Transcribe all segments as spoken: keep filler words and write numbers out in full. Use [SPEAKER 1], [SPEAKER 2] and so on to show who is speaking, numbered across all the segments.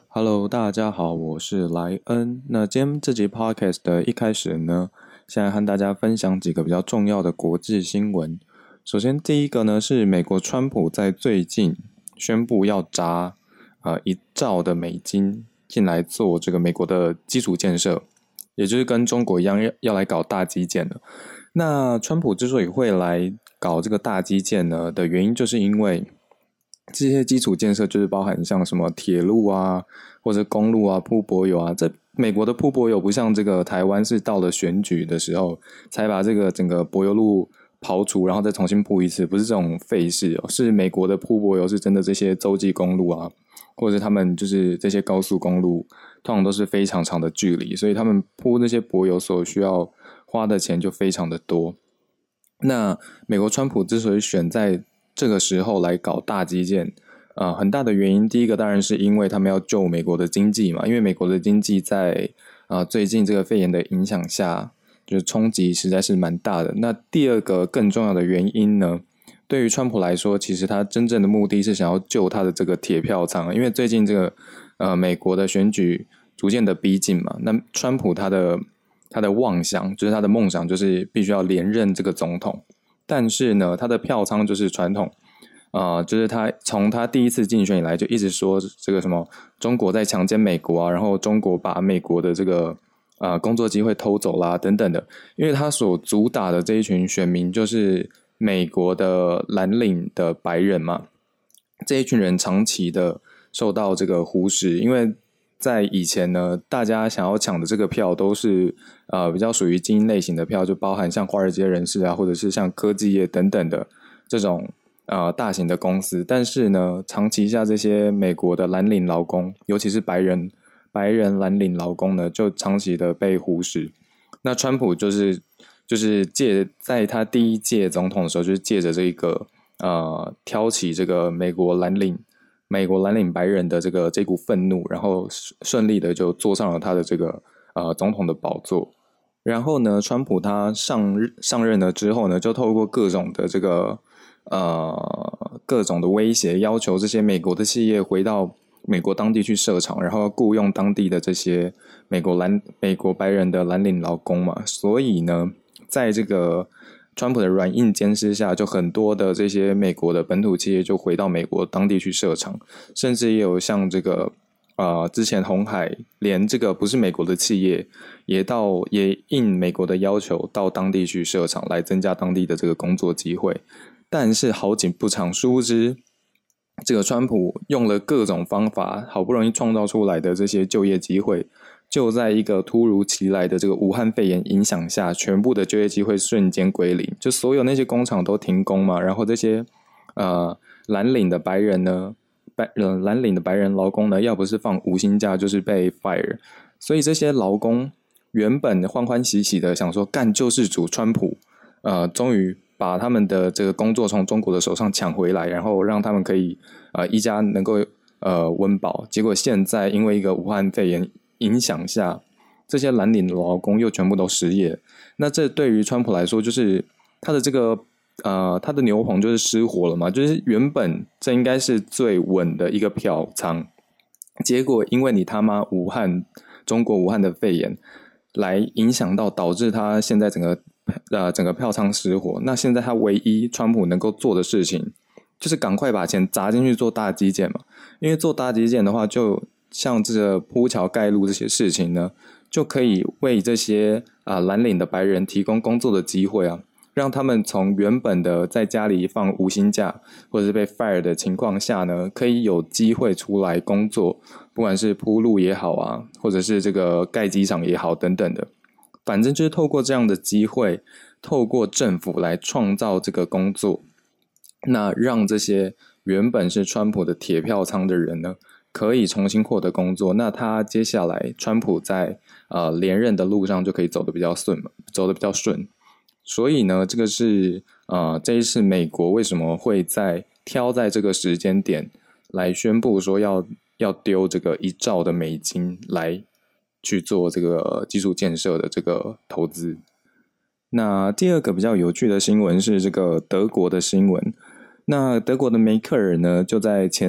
[SPEAKER 1] Hello，大家好，我是莱恩。那今天这集 Podcast 的一开始呢，现在和大家分享几个比较重要的国际新闻。首先，第一个呢是美国川普在最近宣布要砸呃一兆的美金进来做这个美国的基础建设，也就是跟中国一样要要来搞大基建了。那川普之所以会来搞这个大基建呢的原因，就是因为这些基础建设就是包含像什么铁路啊，或者公路啊、铺柏油啊。这美国的铺柏油不像这个台湾是到了选举的时候才把这个整个柏油路刨除，然后再重新铺一次，不是这种费事哦。是美国的铺柏油是真的这些洲际公路啊，或者他们就是这些高速公路，通常都是非常长的距离，所以他们铺那些柏油所需要花的钱就非常的多。那美国川普之所以选在这个时候来搞大基建，呃，很大的原因，第一个当然是因为他们要救美国的经济嘛，因为美国的经济在呃最近这个肺炎的影响下，就是冲击实在是蛮大的。那第二个更重要的原因呢，对于川普来说，其实他真正的目的是想要救他的这个铁票仓，因为最近这个呃美国的选举逐渐的逼近嘛，那川普他的他的妄想就是他的梦想，就是必须要连任这个总统。但是呢，他的票仓就是传统，呃，就是他从他第一次竞选以来就一直说这个什么中国在强奸美国啊，然后中国把美国的这个呃工作机会偷走啦等等的，因为他所主打的这一群选民就是美国的蓝领的白人嘛，这一群人长期的受到这个忽视，因为在以前呢，大家想要抢的这个票都是呃比较属于精英类型的票，就包含像华尔街人士啊，或者是像科技业等等的这种呃大型的公司。但是呢，长期下这些美国的蓝领劳工，尤其是白人白人蓝领劳工呢，就长期的被忽视。那川普就是就是借在他第一届总统的时候，就是借着这个呃挑起这个美国蓝领。美国蓝领白人的这个这股愤怒，然后顺利的就坐上了他的这个呃总统的宝座。然后呢，川普他上上任了之后呢，就透过各种的这个呃各种的威胁，要求这些美国的企业回到美国当地去设厂，然后雇佣当地的这些美国蓝美国白人的蓝领劳工嘛。所以呢，在这个川普的软硬兼施下，就很多的这些美国的本土企业就回到美国当地去设厂，甚至也有像这个呃之前鸿海连这个不是美国的企业也到也应美国的要求到当地去设厂，来增加当地的这个工作机会。但是好景不长，殊不知这个川普用了各种方法，好不容易创造出来的这些就业机会，就在一个突如其来的这个武汉肺炎影响下，全部的就业机会瞬间归零，就所有那些工厂都停工嘛，然后这些呃蓝领的白人呢，白呃蓝领的白人劳工呢，要不是放无薪假，就是被 fire， 所以这些劳工原本欢欢喜喜的想说干救世主川普，呃，终于把他们的这个工作从中国的手上抢回来，然后让他们可以呃一家能够呃温饱，结果现在因为一个武汉肺炎影响下，这些蓝领的劳工又全部都失业。那这对于川普来说，就是他的这个呃，他的牛棚就是失火了嘛，就是原本这应该是最稳的一个票仓，结果因为你他妈武汉中国武汉的肺炎来影响到，导致他现在整个呃整个票仓失火。那现在他唯一川普能够做的事情，就是赶快把钱砸进去做大基建嘛，因为做大基建的话就像这个铺桥盖路这些事情呢，就可以为这些啊、呃、蓝领的白人提供工作的机会啊，让他们从原本的在家里放无薪假或者是被 fire 的情况下呢，可以有机会出来工作，不管是铺路也好啊，或者是这个盖机场也好等等的，反正就是透过这样的机会，透过政府来创造这个工作，那让这些原本是川普的铁票仓的人呢，可以重新获得工作，那他接下来川普在呃连任的路上就可以走得比较顺嘛，走得比较顺。所以呢，这个是呃这一次美国为什么会在挑在这个时间点来宣布说要要丢这个一兆的美金来去做这个基础建设的这个投资。那第二个比较有趣的新闻是这个德国的新闻。那德国的梅克尔呢，就在前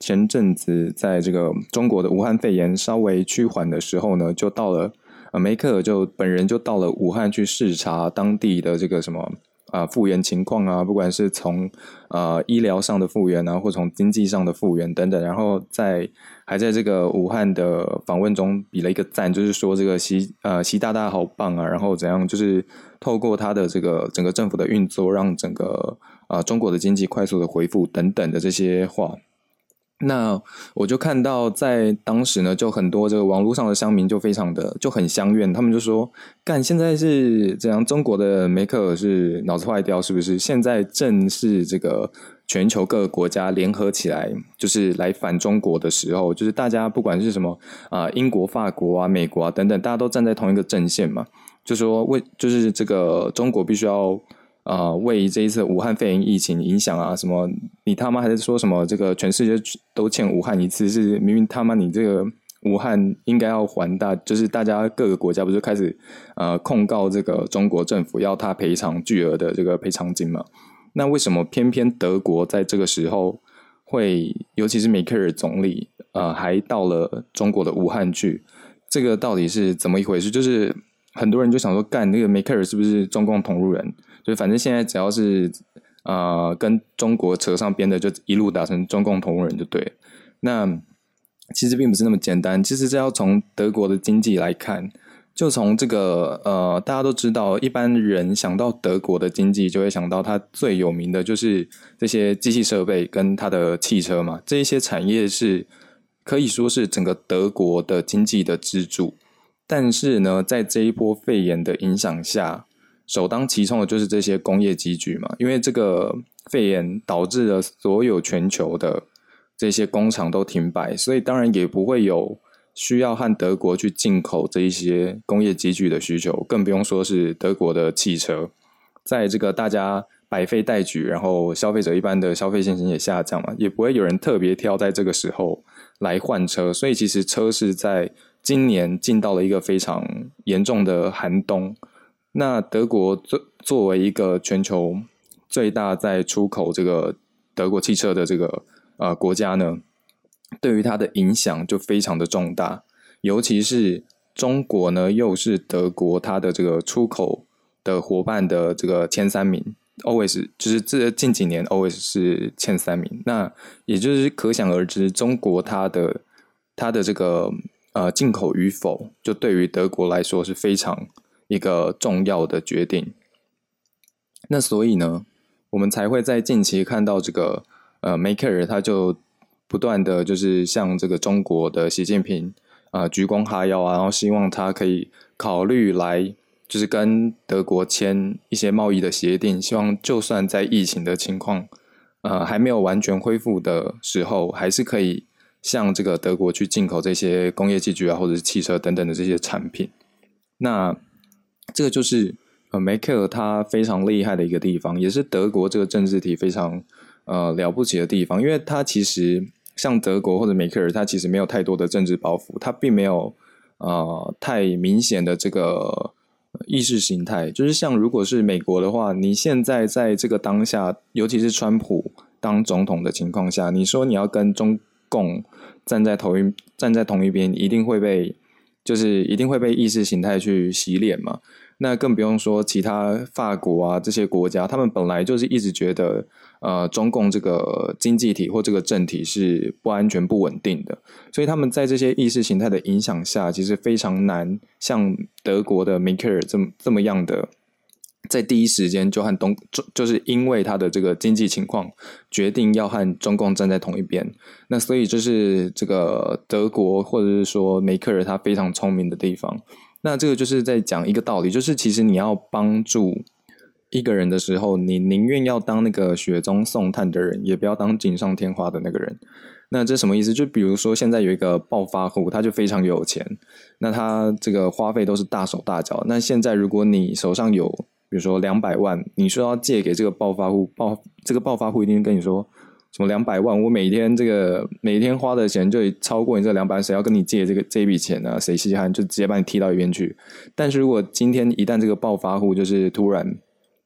[SPEAKER 1] 前阵子在这个中国的武汉肺炎稍微趋缓的时候呢，就到了呃梅克尔就本人就到了武汉去视察当地的这个什么啊、呃、复原情况啊，不管是从呃医疗上的复原啊，或从经济上的复原等等，然后在还在这个武汉的访问中比了一个赞，就是说这个习呃习大大好棒啊，然后怎样就是透过他的这个整个政府的运作，让整个啊、呃、中国的经济快速的恢复等等的这些话。那我就看到在当时呢，就很多这个网络上的乡民就非常的就很相怨，他们就说干现在是这样，中国的梅克尔是脑子坏掉是不是？现在正是这个全球各个国家联合起来就是来反中国的时候，就是大家不管是什么啊、呃、英国法国啊美国啊等等，大家都站在同一个阵线嘛，就说为就是这个中国必须要呃，为这一次武汉肺炎疫情影响啊，什么你他妈还在说什么这个全世界都欠武汉一次，是明明他妈你这个武汉应该要还大，就是大家各个国家不是开始呃控告这个中国政府要他赔偿巨额的这个赔偿金嘛？那为什么偏偏德国在这个时候会，尤其是梅克尔总理呃还到了中国的武汉去？这个到底是怎么一回事？就是很多人就想说，干那个梅克尔是不是中共同路人？就反正现在只要是呃跟中国扯上边的，就一路打成中共同路人就对了。那其实并不是那么简单，其实这要从德国的经济来看，就从这个呃大家都知道，一般人想到德国的经济，就会想到它最有名的就是这些机器设备跟它的汽车嘛，这一些产业是可以说是整个德国的经济的支柱。但是呢，在这一波肺炎的影响下，首当其冲的就是这些工业机具嘛，因为这个肺炎导致了所有全球的这些工厂都停摆，所以当然也不会有需要和德国去进口这一些工业机具的需求，更不用说是德国的汽车。在这个大家百废待举，然后消费者一般的消费信心也下降嘛，也不会有人特别挑在这个时候来换车，所以其实车是在今年进到了一个非常严重的寒冬。那德国作作为一个全球最大在出口这个德国汽车的这个呃国家呢，对于它的影响就非常的重大，尤其是中国呢又是德国它的这个出口的伙伴的这个前三名 always 就是这近几年 always 是前三名，那也就是可想而知，中国它的它的这个呃进口与否，就对于德国来说是非常一个重要的决定。那所以呢，我们才会在近期看到这个呃梅克尔他就不断的就是向这个中国的习近平啊、呃、鞠躬哈腰啊，然后希望他可以考虑来就是跟德国签一些贸易的协定，希望就算在疫情的情况呃还没有完全恢复的时候，还是可以向这个德国去进口这些工业器具啊，或者是汽车等等的这些产品。那这个就是呃梅克尔他非常厉害的一个地方，也是德国这个政治体非常呃了不起的地方，因为他其实像德国或者梅克尔，他其实没有太多的政治包袱，他并没有呃太明显的这个意识形态，就是像如果是美国的话，你现在在这个当下，尤其是川普当总统的情况下，你说你要跟中共站在同一站在同一边，一定会被就是一定会被意识形态去洗脸嘛。那更不用说其他法国啊这些国家，他们本来就是一直觉得呃中共这个经济体或这个政体是不安全不稳定的，所以他们在这些意识形态的影响下，其实非常难像德国的梅克尔这么这么样的在第一时间就和东就是因为他的这个经济情况决定要和中共站在同一边。那所以就是这个德国或者是说梅克尔他非常聪明的地方。那这个就是在讲一个道理，就是其实你要帮助一个人的时候，你宁愿要当那个雪中送炭的人，也不要当锦上添花的那个人。那这什么意思？就比如说现在有一个暴发户，他就非常有钱，那他这个花费都是大手大脚。那现在如果你手上有比如说两百万，你说要借给这个暴发户，暴这个暴发户一定跟你说什么两百万，我每天这个每天花的钱就超过你这两百万，谁要跟你借这个这一笔钱呢、啊？谁稀罕就直接把你踢到一边去。但是如果今天一旦这个暴发户就是突然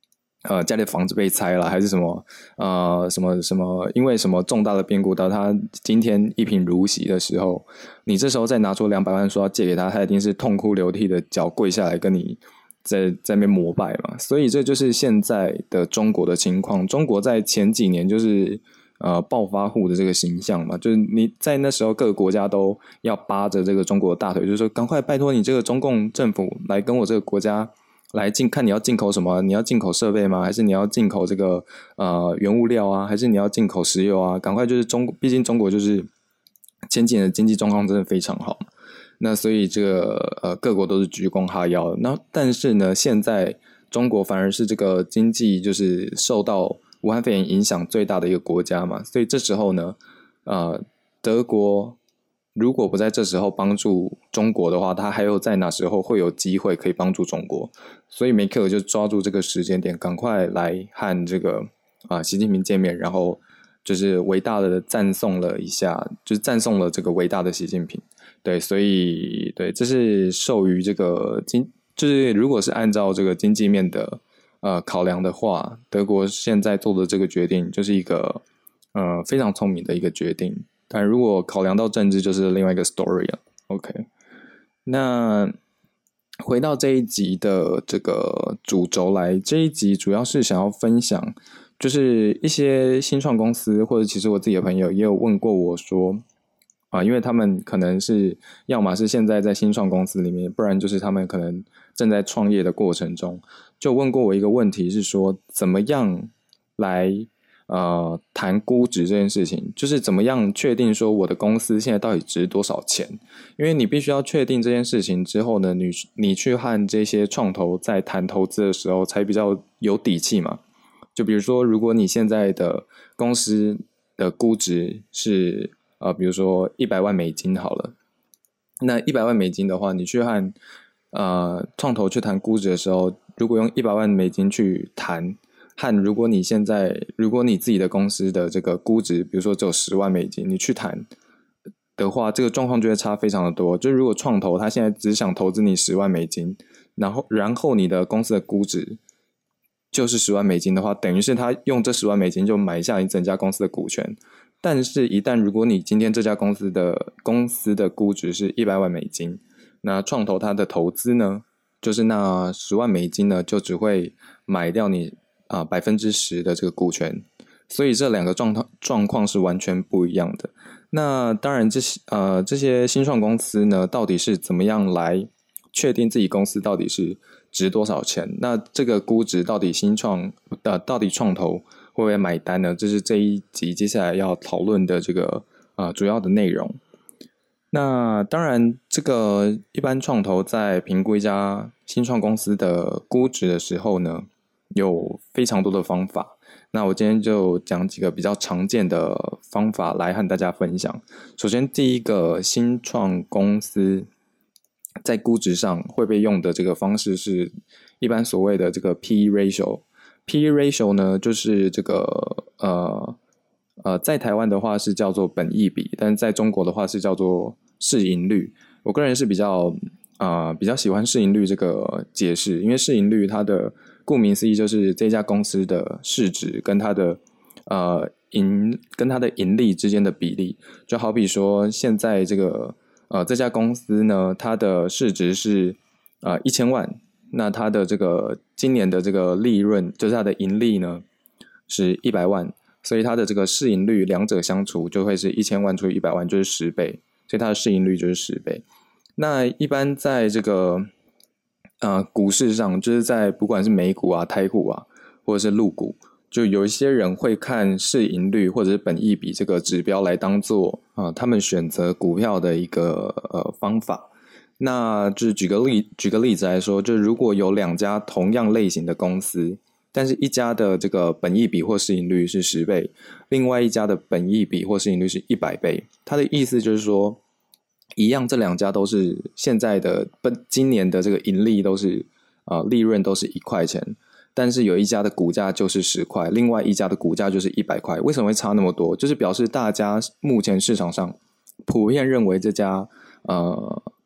[SPEAKER 1] 呃，家里的房子被拆了，还是什么呃什么什么，因为什么重大的变故到他今天一贫如洗的时候，你这时候再拿出两百万说要借给他，他一定是痛哭流涕的脚跪下来跟你在在那边膜拜嘛。所以这就是现在的中国的情况。中国在前几年就是呃暴发户的这个形象嘛，就是你在那时候各个国家都要扒着这个中国的大腿，就是说赶快拜托你这个中共政府来跟我这个国家。来进看你要进口什么？你要进口设备吗？还是你要进口这个呃原物料啊？还是你要进口石油啊？赶快就是中，毕竟中国就是前几年的经济状况真的非常好，那所以这个呃各国都是鞠躬哈腰。那但是呢，现在中国反而是这个经济就是受到武汉肺炎影响最大的一个国家嘛，所以这时候呢，呃德国。如果不在这时候帮助中国的话，他还有在哪时候会有机会可以帮助中国？所以梅克尔就抓住这个时间点，赶快来和这个啊、呃、习近平见面，然后就是伟大的赞颂了一下，就是赞颂了这个伟大的习近平。对，所以对，这是受于这个经，就是如果是按照这个经济面的呃考量的话，德国现在做的这个决定就是一个呃非常聪明的一个决定。但如果考量到政治，就是另外一个 story 了。OK， 那回到这一集的这个主轴来，这一集主要是想要分享，就是一些新创公司，或者其实我自己的朋友也有问过我说，啊，因为他们可能是要么是现在在新创公司里面，不然就是他们可能正在创业的过程中，就问过我一个问题是说，怎么样来。呃，谈估值这件事情，就是怎么样确定说我的公司现在到底值多少钱？因为你必须要确定这件事情之后呢，你你去和这些创投在谈投资的时候，才比较有底气嘛。就比如说，如果你现在的公司的估值是呃，比如说一百万美金好了，那一百万美金的话，你去和呃创投去谈估值的时候，如果用一百万美金去谈。和如果你现在，如果你自己的公司的这个估值，比如说只有十万美金，你去谈的话，这个状况就会差非常的多。就如果创投他现在只想投资你十万美金，然后然后你的公司的估值就是十万美金的话，等于是他用这十万美金就买下你整家公司的股权。但是，一旦如果你今天这家公司的公司的估值是一百万美金，那创投他的投资呢，就是那十万美金呢，就只会买掉你。啊，百分之十的这个股权，所以这两个状况状况是完全不一样的。那当然这些呃这些新创公司呢，到底是怎么样来确定自己公司到底是值多少钱？那这个估值到底新创呃到底创投会不会买单呢？这是这一集接下来要讨论的这个呃主要的内容。那当然，这个一般创投在评估一家新创公司的估值的时候呢。有非常多的方法，那我今天就讲几个比较常见的方法来和大家分享。首先，第一个新创公司在估值上会被用的这个方式是一般所谓的这个 P E ratio。P E ratio 呢，就是这个呃呃，在台湾的话是叫做本益比，但是在中国的话是叫做市盈率。我个人是比较啊、呃、比较喜欢市盈率这个解释，因为市盈率它的顾名思义，就是这家公司的市值跟它的呃盈跟它的盈利之间的比例。就好比说，现在这个呃这家公司呢，它的市值是呃一千万，那它的这个今年的这个利润，就是它的盈利呢是一百万，所以它的这个市盈率两者相除就会是一千万除以一百万，就是十倍，所以它的市盈率就是十倍。那一般在这个呃，股市上就是在不管是美股啊、台股啊，或者是陆股，就有一些人会看市盈率或者是本益比这个指标来当做啊、呃，他们选择股票的一个呃方法。那就是举个例举个例子来说，就如果有两家同样类型的公司，但是一家的这个本益比或市盈率是十倍，另外一家的本益比或市盈率是一百倍，它的意思就是说。一样，这两家都是现在的本今年的这个盈利都是啊、呃、利润都是一块钱，但是有一家的股价就是十块，另外一家的股价就是一百块。为什么会差那么多？就是表示大家目前市场上普遍认为这家呃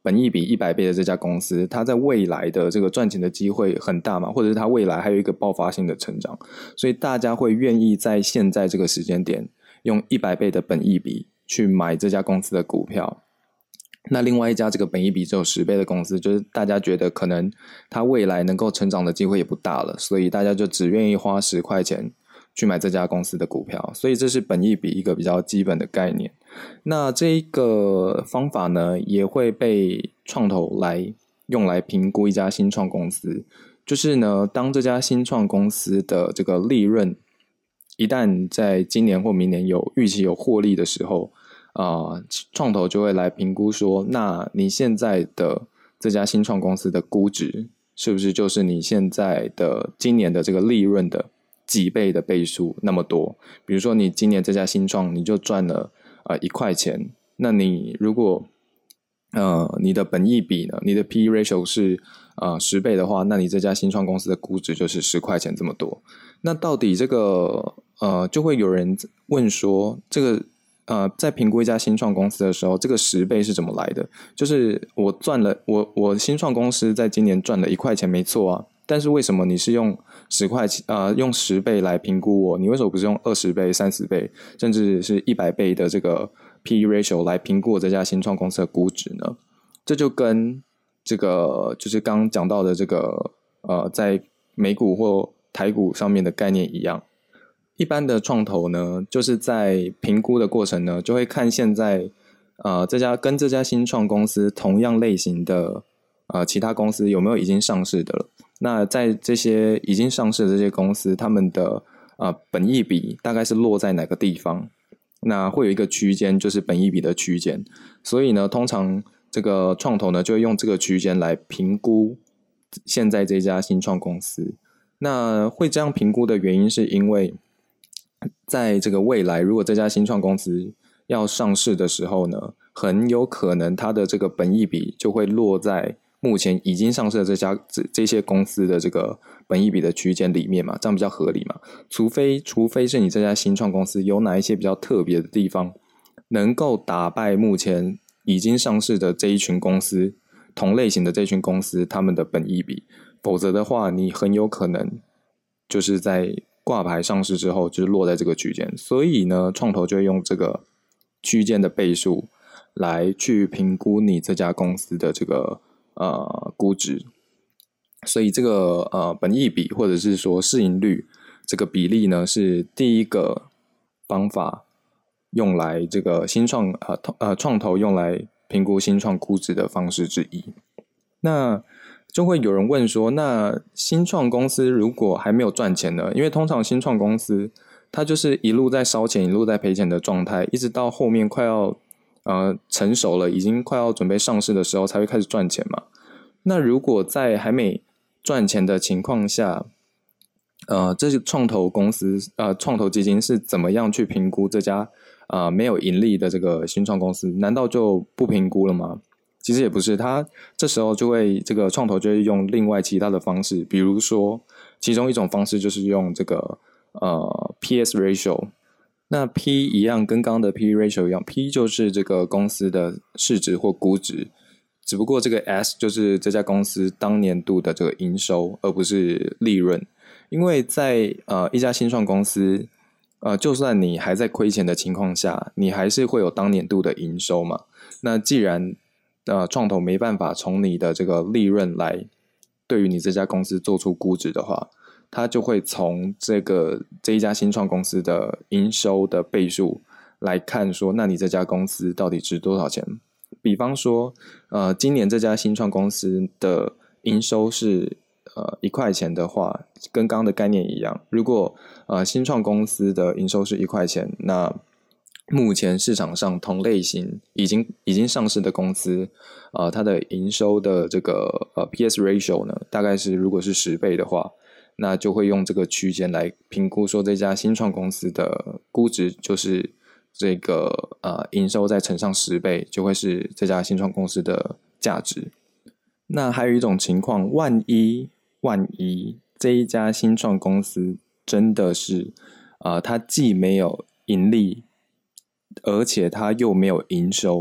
[SPEAKER 1] 本益比一百倍的这家公司，它在未来的这个赚钱的机会很大嘛，或者是它未来还有一个爆发性的成长，所以大家会愿意在现在这个时间点用一百倍的本益比去买这家公司的股票。那另外一家这个本益比只有十倍的公司，就是大家觉得可能它未来能够成长的机会也不大了，所以大家就只愿意花十块钱去买这家公司的股票，所以这是本益比一个比较基本的概念。那这一个方法呢，也会被创投来用来评估一家新创公司，就是呢，当这家新创公司的这个利润一旦在今年或明年有预期有获利的时候，呃，创投就会来评估说，那你现在的这家新创公司的估值是不是就是你现在的今年的这个利润的几倍的倍数那么多？比如说你今年这家新创你就赚了呃一块钱，那你如果呃你的本益比呢，你的 P E ratio 是呃十倍的话，那你这家新创公司的估值就是十块钱这么多。那到底这个呃就会有人问说，这个呃在评估一家新创公司的时候，这个十倍是怎么来的？就是我赚了我我新创公司在今年赚了一块钱没错啊，但是为什么你是用十块钱呃用十倍来评估我？你为什么不是用二十倍、三十倍，甚至是一百倍的这个 P E ratio 来评估我这家新创公司的估值呢？这就跟这个就是刚刚讲到的这个呃在美股或台股上面的概念一样。一般的创投呢，就是在评估的过程呢，就会看现在呃这家跟这家新创公司同样类型的呃其他公司有没有已经上市的了。那在这些已经上市的这些公司，他们的呃本益比大概是落在哪个地方？那会有一个区间，就是本益比的区间。所以呢，通常这个创投呢就会用这个区间来评估现在这家新创公司。那会这样评估的原因是因为在这个未来，如果这家新创公司要上市的时候呢，很有可能它的这个本益比就会落在目前已经上市的这家 这, 这些公司的这个本益比的区间里面嘛，这样比较合理嘛。除非除非是你这家新创公司有哪一些比较特别的地方，能够打败目前已经上市的这一群公司同类型的这群公司他们的本益比，否则的话，你很有可能就是在挂牌上市之后就是落在这个区间。所以呢，创投就会用这个区间的倍数来去评估你这家公司的这个呃估值。所以这个呃本益比或者是说市盈率这个比例呢，是第一个方法用来这个新创呃呃创投用来评估新创估值的方式之一。那就会有人问说，那新创公司如果还没有赚钱呢？因为通常新创公司它就是一路在烧钱一路在赔钱的状态，一直到后面快要呃成熟了，已经快要准备上市的时候才会开始赚钱嘛。那如果在还没赚钱的情况下，呃，这些创投公司呃创投基金是怎么样去评估这家呃没有盈利的这个新创公司？难道就不评估了吗？其实也不是，他这时候就会这个创投就会用另外其他的方式，比如说其中一种方式就是用这个呃 P S ratio。 那 P 一样跟刚刚的 P ratio 一样， P 就是这个公司的市值或估值，只不过这个 S 就是这家公司当年度的这个营收，而不是利润。因为在呃一家新创公司呃就算你还在亏钱的情况下，你还是会有当年度的营收嘛。那既然呃，创投没办法从你的这个利润来对于你这家公司做出估值的话，它就会从这个这一家新创公司的营收的倍数来看说，那你这家公司到底值多少钱？比方说，呃，今年这家新创公司的营收是呃一块钱的话，跟刚刚的概念一样，如果呃新创公司的营收是一块钱，那目前市场上同类型已经已经上市的公司，呃，它的营收的这个呃 P S ratio 呢，大概是如果是十倍的话，那就会用这个区间来评估说这家新创公司的估值就是这个呃营收再乘上十倍，就会是这家新创公司的价值。那还有一种情况，万一万一这一家新创公司真的是呃它既没有盈利，而且它又没有营收，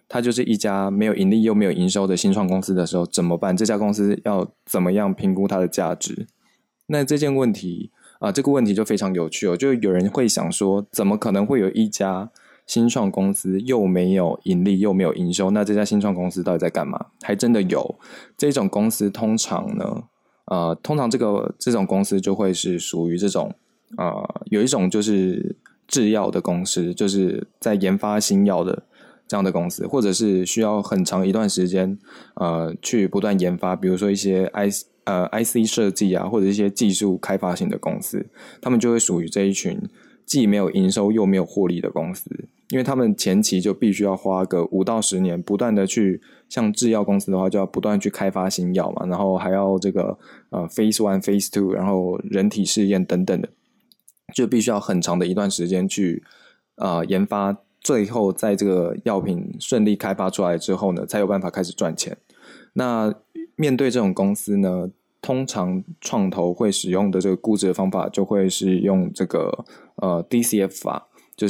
[SPEAKER 1] 它就是一家没有盈利又没有营收的新创公司的时候怎么办？这家公司要怎么样评估它的价值？那这件问题啊、呃，这个问题就非常有趣哦，就有人会想说，怎么可能会有一家新创公司又没有盈利又没有营收？那这家新创公司到底在干嘛？还真的有这种公司，通常呢，呃，通常这个这种公司就会是属于这种呃，有一种就是制药的公司，就是在研发新药的这样的公司，或者是需要很长一段时间呃去不断研发，比如说一些 I 呃 I C 设计啊，或者一些技术开发型的公司，他们就会属于这一群既没有营收又没有获利的公司，因为他们前期就必须要花个五到十年，不断的去像制药公司的话，就要不断去开发新药嘛，然后还要这个呃 Phase One、Phase Two， 然后人体试验等等的，就必须要很长的一段时间去呃研发。最后在这个药品顺利开发出来之后呢，才有办法开始赚钱。那面对这种公司呢，通常创投会使用的这个估值的方法就会是用这个呃 D C F 法，就是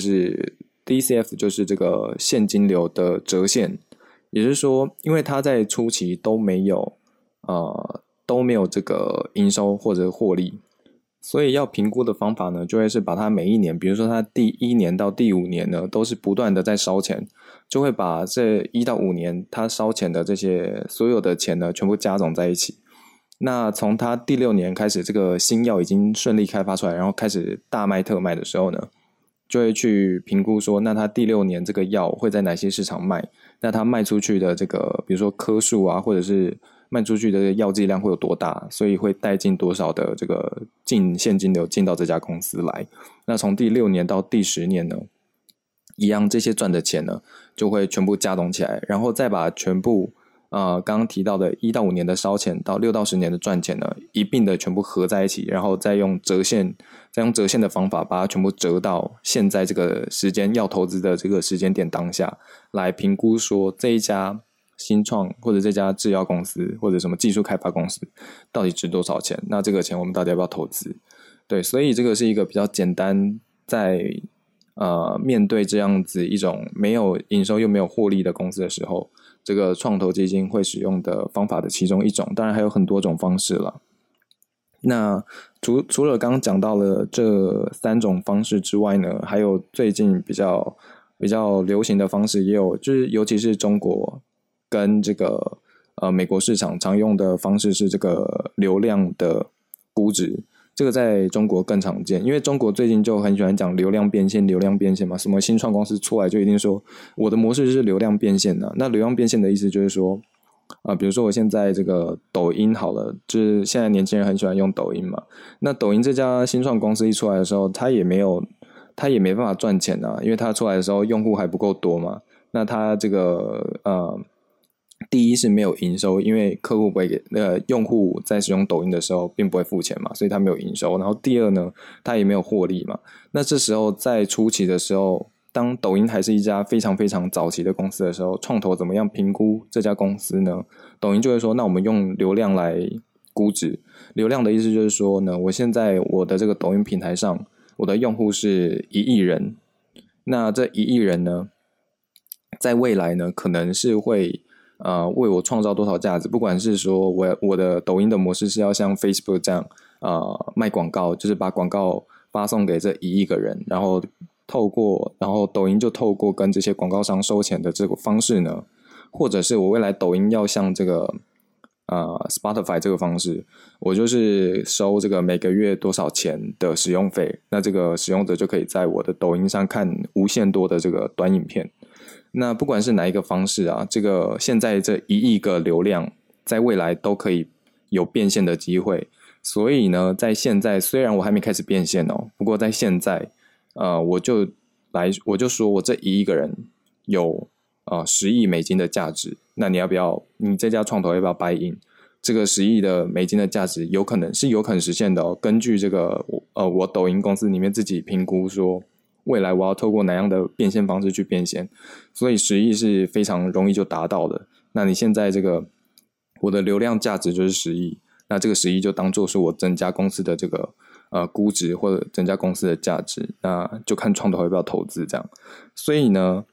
[SPEAKER 1] D C F 就是这个现金流的折现，也就是说，因为它在初期都没有呃都没有这个营收或者获利。所以要评估的方法呢，就会是把它每一年，比如说它第一年到第五年呢，都是不断的在烧钱，就会把这一到五年它烧钱的这些所有的钱呢，全部加总在一起。那从它第六年开始，这个新药已经顺利开发出来，然后开始大卖特卖的时候呢，就会去评估说，那它第六年这个药会在哪些市场卖？那它卖出去的这个，比如说颗数啊，或者是卖出去的药剂量会有多大，所以会带进多少的这个净现金流进到这家公司来。那从第六年到第十年呢，一样这些赚的钱呢，就会全部加总起来，然后再把全部呃刚刚提到的一到五年的烧钱到六到十年的赚钱呢，一并的全部合在一起，然后再用折现，再用折现的方法把它全部折到现在这个时间要投资的这个时间点当下，来评估说这一家新创或者这家制药公司或者什么技术开发公司到底值多少钱，那这个钱我们到底要不要投资？对，所以这个是一个比较简单，在呃面对这样子一种没有营收又没有获利的公司的时候，这个创投基金会使用的方法的其中一种，当然还有很多种方式了。那除除了刚刚讲到了这三种方式之外呢，还有最近比较比较流行的方式也有，就是尤其是中国跟这个呃美国市场常用的方式是这个流量的估值，这个在中国更常见，因为中国最近就很喜欢讲流量变现，流量变现嘛，什么新创公司出来就一定说我的模式是流量变现的。那流量变现的意思就是说，啊、呃，比如说我现在这个抖音好了，就是现在年轻人很喜欢用抖音嘛，那抖音这家新创公司一出来的时候，它也没有，它也没办法赚钱啊，因为它出来的时候用户还不够多嘛，那它这个呃。第一是没有营收，因为客户不会给呃用户在使用抖音的时候并不会付钱嘛，所以他没有营收。然后第二呢，他也没有获利嘛。那这时候在初期的时候，当抖音还是一家非常非常早期的公司的时候，创投怎么样评估这家公司呢？抖音就会说，那我们用流量来估值。流量的意思就是说呢，我现在我的这个抖音平台上，我的用户是一亿人，那这一亿人呢，在未来呢，可能是会呃，为我创造多少价值？不管是说我我的抖音的模式是要像 Facebook 这样呃卖广告，就是把广告发送给这一亿个人，然后透过然后抖音就透过跟这些广告商收钱的这个方式呢，或者是我未来抖音要像这个呃 Spotify 这个方式，我就是收这个每个月多少钱的使用费，那这个使用者就可以在我的抖音上看无限多的这个短影片。那不管是哪一个方式啊，这个现在这一亿个流量在未来都可以有变现的机会，所以呢，在现在虽然我还没开始变现哦，不过在现在呃，我就来我就说我这一亿个人有呃十亿美金的价值，那你要不要？你这家创投要不要 buy in？ 这个十亿的美金的价值有可能是有可能实现的哦。根据这个呃我抖音公司里面自己评估说，未来我要透过哪样的变现方式去变现，所以十亿是非常容易就达到的。那你现在这个我的流量价值就是十亿，那这个十亿就当做是我整家公司的这个呃估值或者整家公司的价值，那就看创投要不要投资这样。所以呢，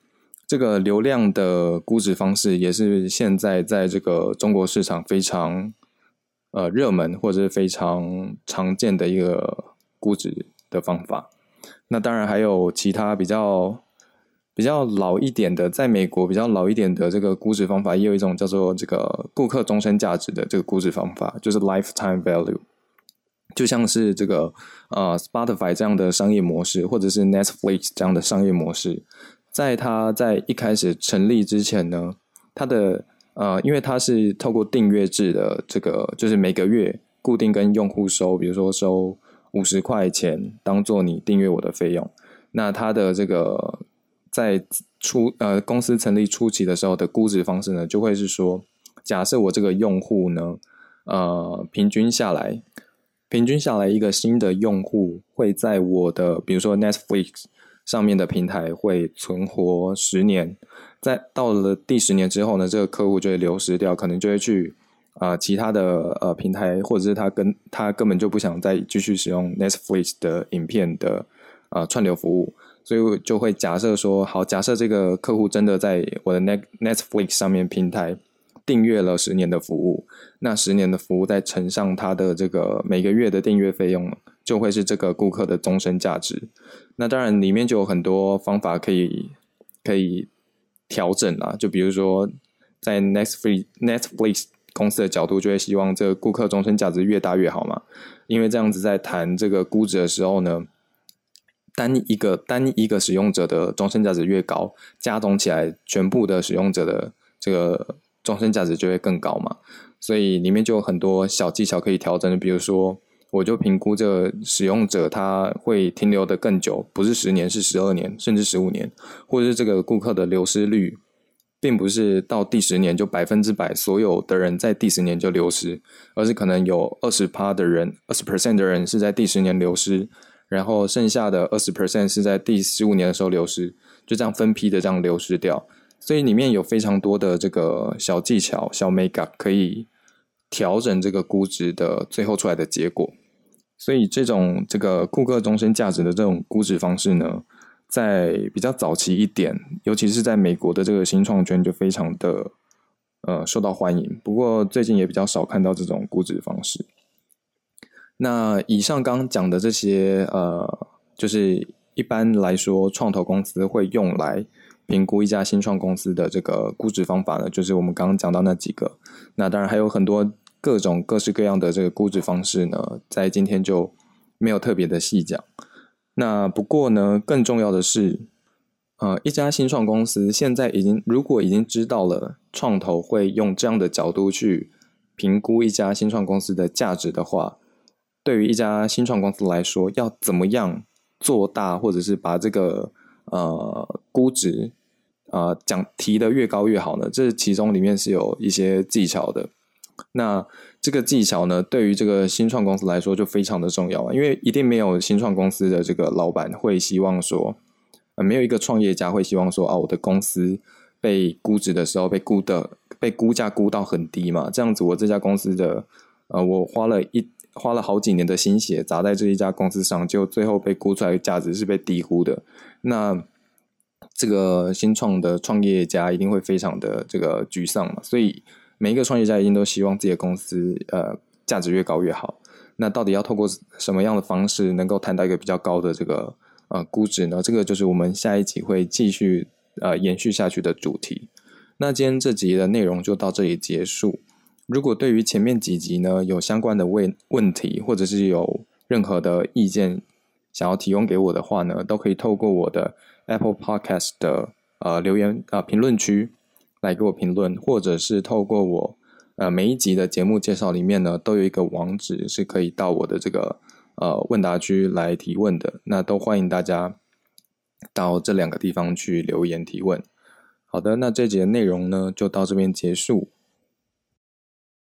[SPEAKER 1] 这个流量的估值方式也是现在在这个中国市场非常呃热门或者是非常常见的一个估值的方法。那当然还有其他比较比较老一点的，在美国比较老一点的这个估值方法，也有一种叫做这个顾客终身价值的这个估值方法，就是 lifetime value。就像是这个呃 Spotify 这样的商业模式，或者是 Netflix 这样的商业模式，在它在一开始成立之前呢，它的呃，因为它是透过订阅制的这个，就是每个月固定跟用户收，比如说收五十块钱当做你订阅我的费用，那它的这个在初呃公司成立初期的时候的估值方式呢，就会是说，假设我这个用户呢，呃，平均下来，平均下来一个新的用户会在我的比如说 Netflix 上面的平台会存活十年，在到了第十年之后呢，这个客户就会流失掉，可能就会去啊、呃、其他的呃平台，或者是他跟他根本就不想再继续使用 Netflix 的影片的呃串流服务。所以就会假设说，好，假设这个客户真的在我的 Netflix 上面平台订阅了十年的服务，那十年的服务再乘上他的这个每个月的订阅费用，就会是这个顾客的终身价值。那当然里面就有很多方法可以可以调整啦，就比如说在 Netflix Netflix 公司的角度，就会希望这个顾客终身价值越大越好嘛，因为这样子在谈这个估值的时候呢，单一个单一个使用者的终身价值越高，加总起来全部的使用者的这个终身价值就会更高嘛。所以里面就有很多小技巧可以调整，比如说我就评估这个使用者他会停留的更久，不是十年是十二年甚至十五年，或者是这个顾客的流失率并不是到第十年就百分之百所有的人在第十年就流失，而是可能有 百分之二十 的人 百分之二十 的人是在第十年流失，然后剩下的 百分之二十 是在第十五年的时候流失，就这样分批的这样流失掉。所以里面有非常多的这个小技巧小 make up 可以调整这个估值的最后出来的结果。所以这种这个顾客终身价值的这种估值方式呢，在比较早期一点，尤其是在美国的这个新创圈就非常的呃受到欢迎，不过最近也比较少看到这种估值方式。那以上刚刚讲的这些呃，就是一般来说创投公司会用来评估一家新创公司的这个估值方法呢，就是我们刚刚讲到那几个。那当然还有很多各种各式各样的这个估值方式呢，在今天就没有特别的细讲。那不过呢，更重要的是呃，一家新创公司现在已经如果已经知道了创投会用这样的角度去评估一家新创公司的价值的话，对于一家新创公司来说，要怎么样做大，或者是把这个呃估值呃讲提得越高越好呢？这其中里面是有一些技巧的。那这个技巧呢，对于这个新创公司来说就非常的重要，因为一定没有新创公司的这个老板会希望说，呃，没有一个创业家会希望说啊，我的公司被估值的时候被估的被估价估到很低嘛，这样子我这家公司的呃，我花了一花了好几年的心血砸在这一家公司上，就最后被估出来的价值是被低估的。那这个新创的创业家一定会非常的这个沮丧嘛，所以每一个创业家一定都希望自己的公司呃价值越高越好。那到底要透过什么样的方式能够谈到一个比较高的这个呃估值呢？这个就是我们下一集会继续呃延续下去的主题。那今天这集的内容就到这里结束。如果对于前面几集呢有相关的问问题，或者是有任何的意见想要提供给我的话呢，都可以透过我的 Apple Podcast 的呃留言呃评论区来给我评论，或者是透过我呃每一集的节目介绍里面呢都有一个网址是可以到我的这个呃问答区来提问的，那都欢迎大家到这两个地方去留言提问。好的，那这集的内容呢就到这边结束。